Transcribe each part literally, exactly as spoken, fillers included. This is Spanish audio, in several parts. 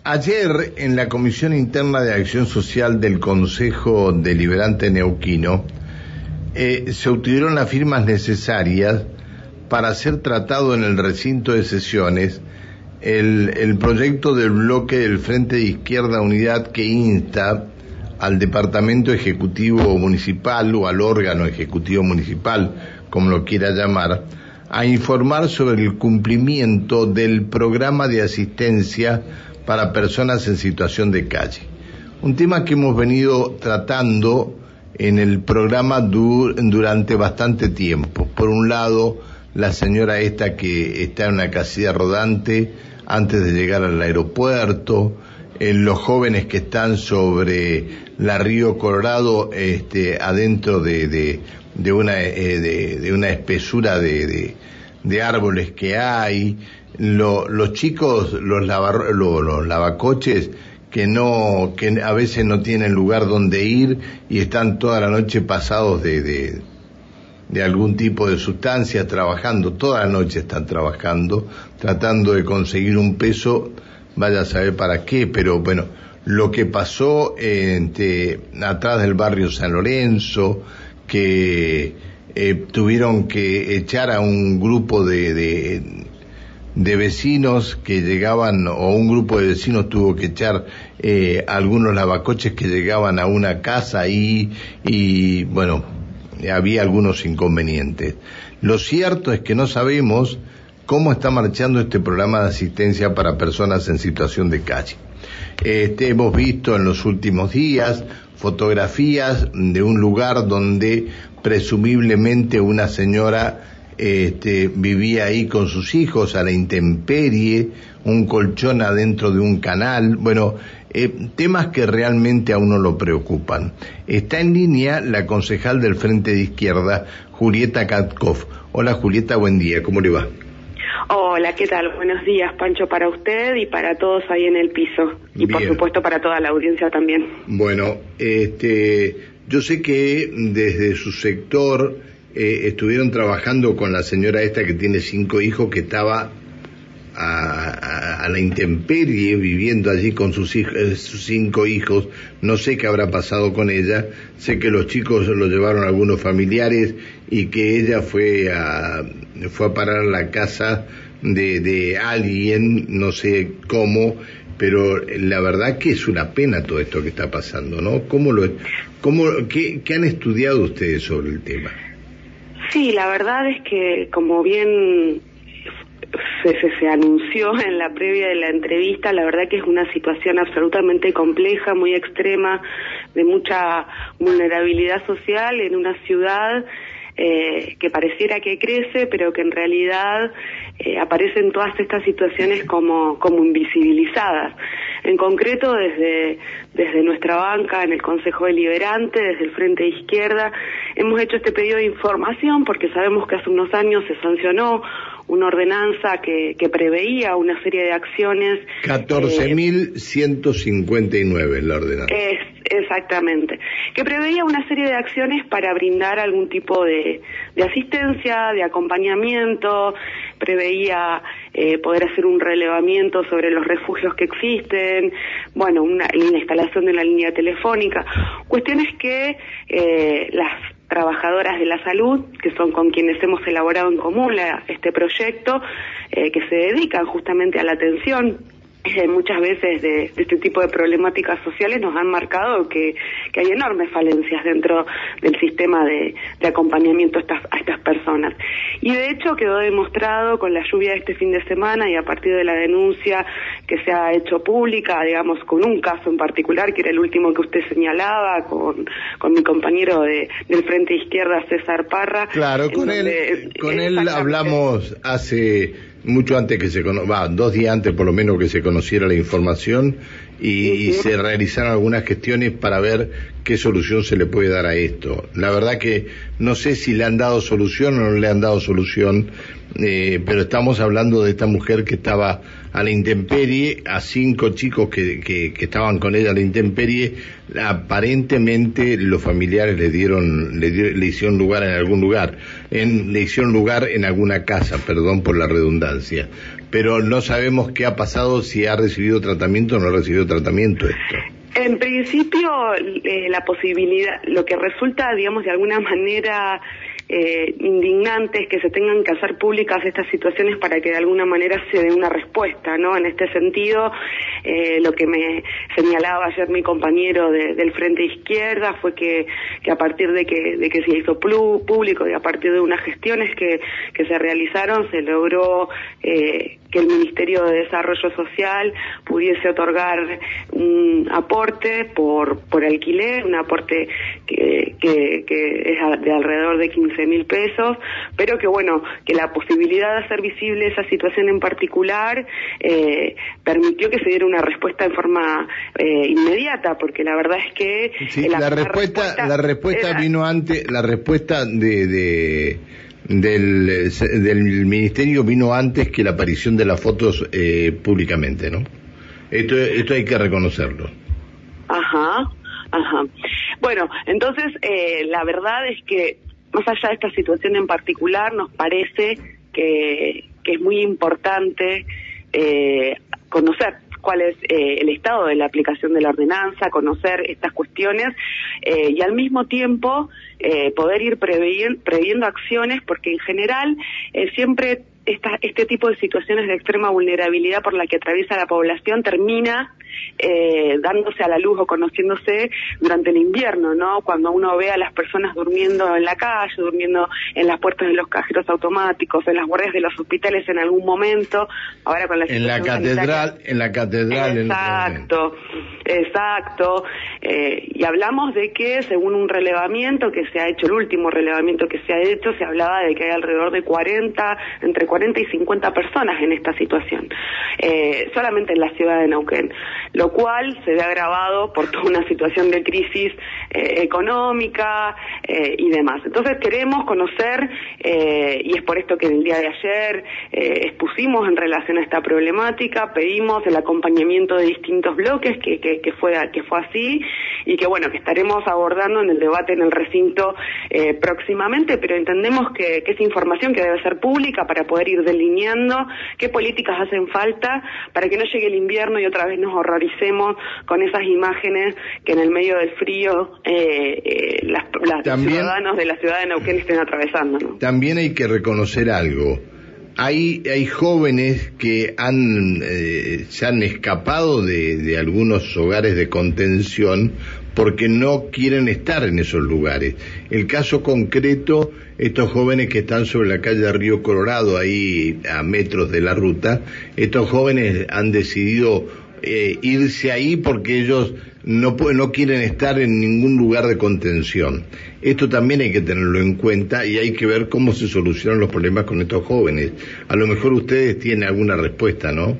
Ayer, en la Comisión Interna de Acción Social del Consejo Deliberante Neuquino, eh, se obtuvieron las firmas necesarias para ser tratado en el recinto de sesiones el, el proyecto del bloque del Frente de Izquierda Unidad que insta al Departamento Ejecutivo Municipal o al órgano ejecutivo municipal, como lo quiera llamar, a informar sobre el cumplimiento del programa de asistencia para personas en situación de calle. Un tema que hemos venido tratando en el programa du- durante bastante tiempo. Por un lado, la señora esta que está en una casilla rodante antes de llegar al aeropuerto, eh, los jóvenes que están sobre la Río Colorado, este, adentro de, de, de una, eh, de, de una espesura de, de, de árboles que hay, Lo, los chicos, los, lavar, lo, los lavacoches que no, que a veces no tienen lugar donde ir y están toda la noche pasados de, de, de algún tipo de sustancia, trabajando, toda la noche están trabajando, tratando de conseguir un peso, vaya a saber para qué, pero bueno, lo que pasó entre, atrás del barrio San Lorenzo, que eh, tuvieron que echar a un grupo de, de de vecinos que llegaban, o un grupo de vecinos tuvo que echar eh, algunos lavacoches que llegaban a una casa ahí, y bueno, había algunos inconvenientes. Lo cierto es que no sabemos cómo está marchando este programa de asistencia para personas en situación de calle. Este, hemos visto en los últimos días fotografías de un lugar donde presumiblemente una señora Este, vivía ahí con sus hijos a la intemperie, un colchón adentro de un canal, bueno, eh, temas que realmente a uno lo preocupan. Está en línea la concejal del Frente de Izquierda, Julieta Katkov. Hola Julieta, buen día, ¿cómo le va? Hola, ¿qué tal? Buenos días, Pancho, para usted y para todos ahí en el piso. Y Bien. Por supuesto para toda la audiencia también. Bueno, este, yo sé que desde su sector Eh, estuvieron trabajando con la señora esta que tiene cinco hijos, que estaba a, a, a la intemperie viviendo allí con sus, hijos, eh, sus cinco hijos. No sé qué habrá pasado con ella, sé que los chicos lo llevaron a algunos familiares y que ella fue a, fue a parar a la casa de, de alguien, no sé cómo, pero la verdad que es una pena todo esto que está pasando, ¿no? ¿Cómo lo, cómo, qué, qué han estudiado ustedes sobre el tema? Sí, la verdad es que, como bien se, se, se anunció en la previa de la entrevista, la verdad que es una situación absolutamente compleja, muy extrema, de mucha vulnerabilidad social en una ciudad eh, que pareciera que crece, pero que en realidad eh, aparecen todas estas situaciones como, como invisibilizadas. En concreto, desde, desde nuestra banca en el Consejo Deliberante, desde el Frente de Izquierda, hemos hecho este pedido de información porque sabemos que hace unos años se sancionó una ordenanza que, que preveía una serie de acciones. catorce mil ciento cincuenta y nueve eh, la ordenanza. Es, exactamente. Que preveía una serie de acciones para brindar algún tipo de, de asistencia, de acompañamiento, preveía eh, poder hacer un relevamiento sobre los refugios que existen, bueno, una, la instalación de la línea telefónica, cuestiones que eh, las trabajadoras de la salud, que son con quienes hemos elaborado en común la, este proyecto, eh, que se dedican justamente a la atención eh, muchas veces de, de este tipo de problemáticas sociales, nos han marcado que, que hay enormes falencias dentro del sistema de, de acompañamiento a estas, a estas personas. Y de hecho quedó demostrado con la lluvia de este fin de semana y a partir de la denuncia que se ha hecho pública, digamos, con un caso en particular, que era el último que usted señalaba, con, con mi compañero de, del Frente Izquierda, César Parra. Claro, con donde, él, con él hablamos hace mucho antes que se conociera, va, dos días antes por lo menos que se conociera la información y, sí, sí. y se realizaron algunas gestiones para ver qué solución se le puede dar a esto. La verdad que no sé si le han dado solución o no le han dado solución, eh, pero estamos hablando de esta mujer que estaba a la intemperie, a cinco chicos que, que, que estaban con ella a la intemperie. Aparentemente los familiares le dieron, le, dio, le hicieron lugar en algún lugar, en, le hicieron lugar en alguna casa, perdón por la redundancia. pero no sabemos qué ha pasado, si ha recibido tratamiento o no ha recibido tratamiento esto. En principio, eh, la posibilidad, lo que resulta, digamos, de alguna manera eh, indignante es que se tengan que hacer públicas estas situaciones para que de alguna manera se dé una respuesta, ¿no? En este sentido, eh, lo que me señalaba ayer mi compañero de, del Frente Izquierda fue que, que a partir de que, de que se hizo público y a partir de unas gestiones que, que se realizaron, se logró eh, que el Ministerio de Desarrollo Social pudiese otorgar un aporte por por alquiler, un aporte que, que, que es de alrededor de quince mil pesos, pero que bueno, que la posibilidad de hacer visible esa situación en particular eh, permitió que se diera una respuesta en forma eh, inmediata, porque la verdad es que sí, la, la respuesta, respuesta la respuesta era... vino antes, la respuesta de, de del del ministerio vino antes que la aparición de las fotos eh, públicamente, ¿no? Esto esto hay que reconocerlo. Ajá, ajá. Bueno, entonces eh, la verdad es que más allá de esta situación en particular, nos parece que, que es muy importante eh, conocer cuál es eh, el estado de la aplicación de la ordenanza, conocer estas cuestiones eh, y al mismo tiempo eh, poder ir previendo, previendo acciones, porque en general eh, siempre esta, este tipo de situaciones de extrema vulnerabilidad por la que atraviesa la población termina eh, dándose a la luz o conociéndose durante el invierno, ¿no? Cuando uno ve a las personas durmiendo en la calle, durmiendo en las puertas de los cajeros automáticos, en las guardias de los hospitales en algún momento, ahora con la en la catedral, sanitaria. en la catedral, exacto, en exacto, eh, y hablamos de que según un relevamiento que se ha hecho, el último relevamiento que se ha hecho, se hablaba de que hay alrededor de cuarenta, entre cuarenta y cincuenta personas en esta situación, eh, solamente en la ciudad de Neuquén, lo cual se ve agravado por toda una situación de crisis eh, económica eh, y demás. Entonces queremos conocer, eh, y es por esto que el día de ayer eh, expusimos en relación a esta problemática, pedimos el acompañamiento de distintos bloques, que, que, que, fue, que fue así, y que bueno, que estaremos abordando en el debate en el recinto eh, próximamente, pero entendemos que, que es información que debe ser pública para poder ir delineando qué políticas hacen falta para que no llegue el invierno y otra vez nos horroricemos con esas imágenes que en el medio del frío eh, eh, las, las también, ciudadanos de la ciudad de Neuquén estén atravesando, ¿no? También hay que reconocer algo. Hay, hay jóvenes que han eh, se han escapado de, de algunos hogares de contención porque no quieren estar en esos lugares. El caso concreto, estos jóvenes que están sobre la calle de Río Colorado, ahí a metros de la ruta, estos jóvenes han decidido eh, irse ahí porque ellos no no quieren estar en ningún lugar de contención. Esto también hay que tenerlo en cuenta y hay que ver cómo se solucionan los problemas con estos jóvenes. A lo mejor ustedes tienen alguna respuesta, ¿no?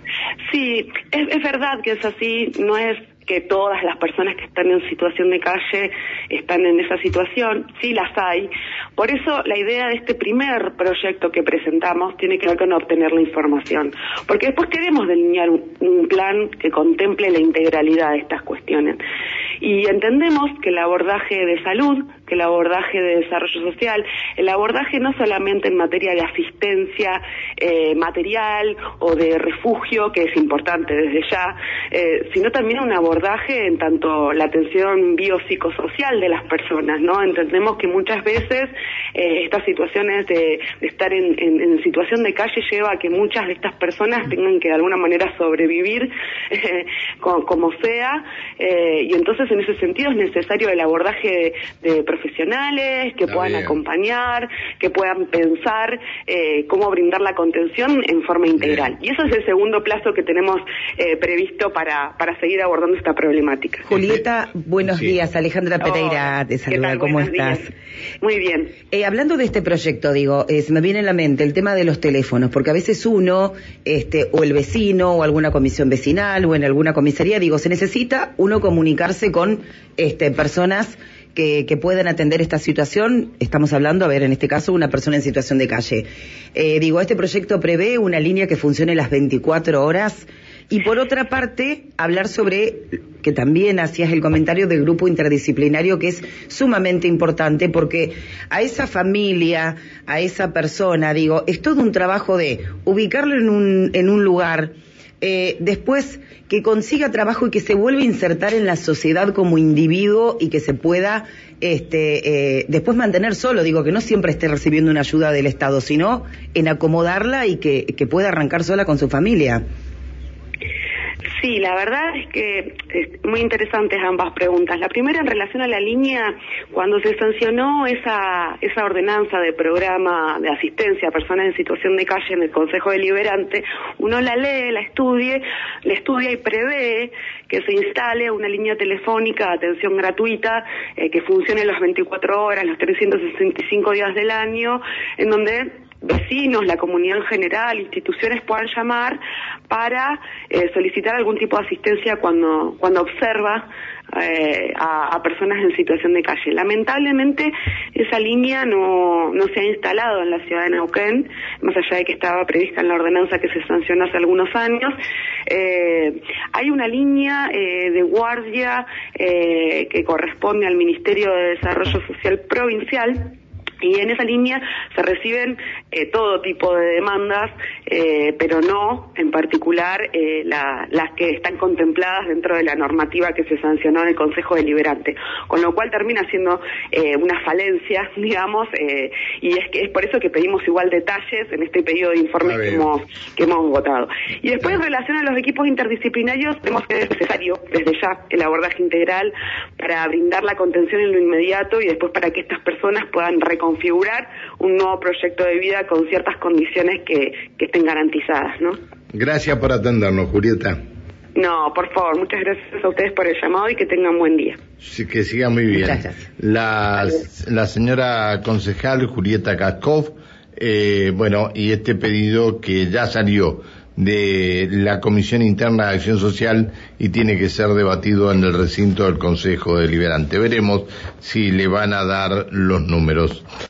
Sí, es, es verdad que es así, no es que todas las personas que están en situación de calle están en esa situación, sí las hay. Por eso la idea de este primer proyecto que presentamos tiene que ver con obtener la información, porque después queremos delinear un, un plan que contemple la integralidad de estas cuestiones. Y entendemos que el abordaje de salud, que el abordaje de desarrollo social, el abordaje no solamente en materia de asistencia eh, material o de refugio, que es importante desde ya, eh, sino también un abordaje en tanto la atención biopsicosocial de las personas, ¿no? Entendemos que muchas veces eh, estas situaciones de, de estar en, en, en situación de calle lleva a que muchas de estas personas tengan que de alguna manera sobrevivir eh, como, como sea, eh, y entonces en ese sentido es necesario el abordaje de, de profesionales que Está puedan bien. acompañar, que puedan pensar eh, cómo brindar la contención en forma integral. Bien. Y eso es el segundo plazo que tenemos eh, previsto para, para seguir abordando esta problemática. Julieta, buenos sí. días. Alejandra Pereira te saluda. ¿Cómo estás? Días. Muy bien. Eh, hablando de este proyecto, digo, eh, se me viene a la mente el tema de los teléfonos, porque a veces uno, este, o el vecino, o alguna comisión vecinal, o en alguna comisaría, digo, se necesita uno comunicarse con este, personas que, que puedan atender esta situación. Estamos hablando, a ver, en este caso, una persona en situación de calle. Eh, digo, este proyecto prevé una línea que funcione las veinticuatro horas Y por otra parte, hablar sobre, que también hacías el comentario del grupo interdisciplinario, que es sumamente importante, porque a esa familia, a esa persona, digo, es todo un trabajo de ubicarlo en un, en un lugar, eh, después que consiga trabajo y que se vuelva a insertar en la sociedad como individuo y que se pueda este, eh, después mantener solo, digo, que no siempre esté recibiendo una ayuda del Estado, sino en acomodarla y que, que pueda arrancar sola con su familia. Sí, la verdad es que es muy interesantes ambas preguntas. La primera en relación a la línea, cuando se sancionó esa esa ordenanza de programa de asistencia a personas en situación de calle en el Consejo Deliberante, uno la lee, la estudie, la estudia y prevé que se instale una línea telefónica de atención gratuita eh, que funcione las veinticuatro horas, los trescientos sesenta y cinco días del año, en donde vecinos, la comunidad en general, instituciones puedan llamar para eh, solicitar algún tipo de asistencia cuando cuando observa eh, a, a personas en situación de calle. Lamentablemente esa línea no no se ha instalado en la ciudad de Neuquén, más allá de que estaba prevista en la ordenanza que se sancionó hace algunos años. Eh, hay una línea eh, de guardia eh, que corresponde al Ministerio de Desarrollo Social Provincial, y en esa línea se reciben eh, todo tipo de demandas, eh, pero no en particular eh, la, las que están contempladas dentro de la normativa que se sancionó en el Consejo Deliberante, con lo cual termina siendo eh, una falencia, digamos, eh, y es que es por eso que pedimos igual detalles en este pedido de informes que hemos, que hemos votado. Y después, en relación a los equipos interdisciplinarios, vemos que es necesario desde ya el abordaje integral para brindar la contención en lo inmediato y después para que estas personas puedan reconstruir configurar un nuevo proyecto de vida con ciertas condiciones que, que estén garantizadas, ¿no? Gracias por atendernos, Julieta. No, por favor, muchas gracias a ustedes por el llamado y que tengan buen día. Sí, que siga muy bien. Gracias. La, la señora concejal Julieta Kaskov, eh, bueno, y este pedido que ya salió de la Comisión Interna de Acción Social y tiene que ser debatido en el recinto del Consejo Deliberante. Veremos si le van a dar los números.